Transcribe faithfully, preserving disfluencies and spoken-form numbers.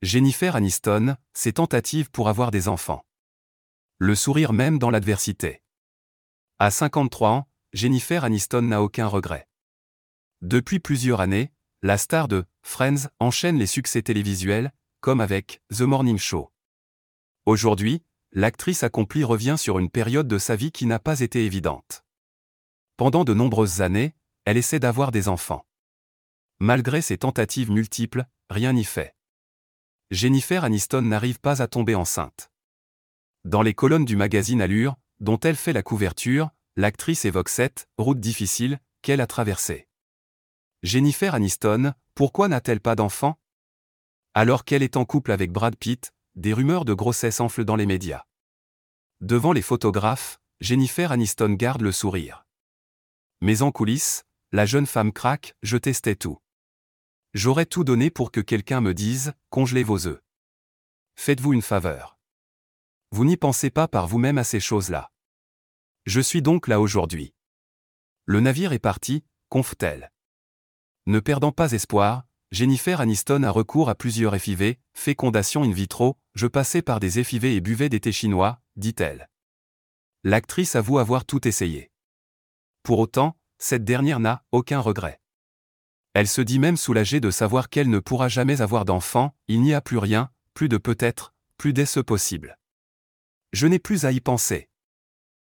Jennifer Aniston, ses tentatives pour avoir des enfants. Le sourire même dans l'adversité. À cinquante-trois ans, Jennifer Aniston n'a aucun regret. Depuis plusieurs années, la star de Friends enchaîne les succès télévisuels, comme avec The Morning Show. Aujourd'hui, l'actrice accomplie revient sur une période de sa vie qui n'a pas été évidente. Pendant de nombreuses années, elle essaie d'avoir des enfants. Malgré ses tentatives multiples, rien n'y fait. Jennifer Aniston n'arrive pas à tomber enceinte. Dans les colonnes du magazine Allure, dont elle fait la couverture, l'actrice évoque cette « route difficile » qu'elle a traversée. Jennifer Aniston, pourquoi n'a-t-elle pas d'enfant? Alors qu'elle est en couple avec Brad Pitt, des rumeurs de grossesse enflent dans les médias. Devant les photographes, Jennifer Aniston garde le sourire. Mais en coulisses, la jeune femme craque, je testais tout. J'aurais tout donné pour que quelqu'un me dise, congelez vos œufs. Faites-vous une faveur. Vous n'y pensez pas par vous-même à ces choses-là. Je suis donc là aujourd'hui. Le navire est parti, conf-t-elle. Ne perdant pas espoir, Jennifer Aniston a recours à plusieurs F I V, fécondation in vitro, je passais par des F I V et buvais des thés chinois, dit-elle. L'actrice avoue avoir tout essayé. Pour autant, cette dernière n'a aucun regret. Elle se dit même soulagée de savoir qu'elle ne pourra jamais avoir d'enfant, il n'y a plus rien, plus de peut-être, plus d'est-ce possible. Je n'ai plus à y penser.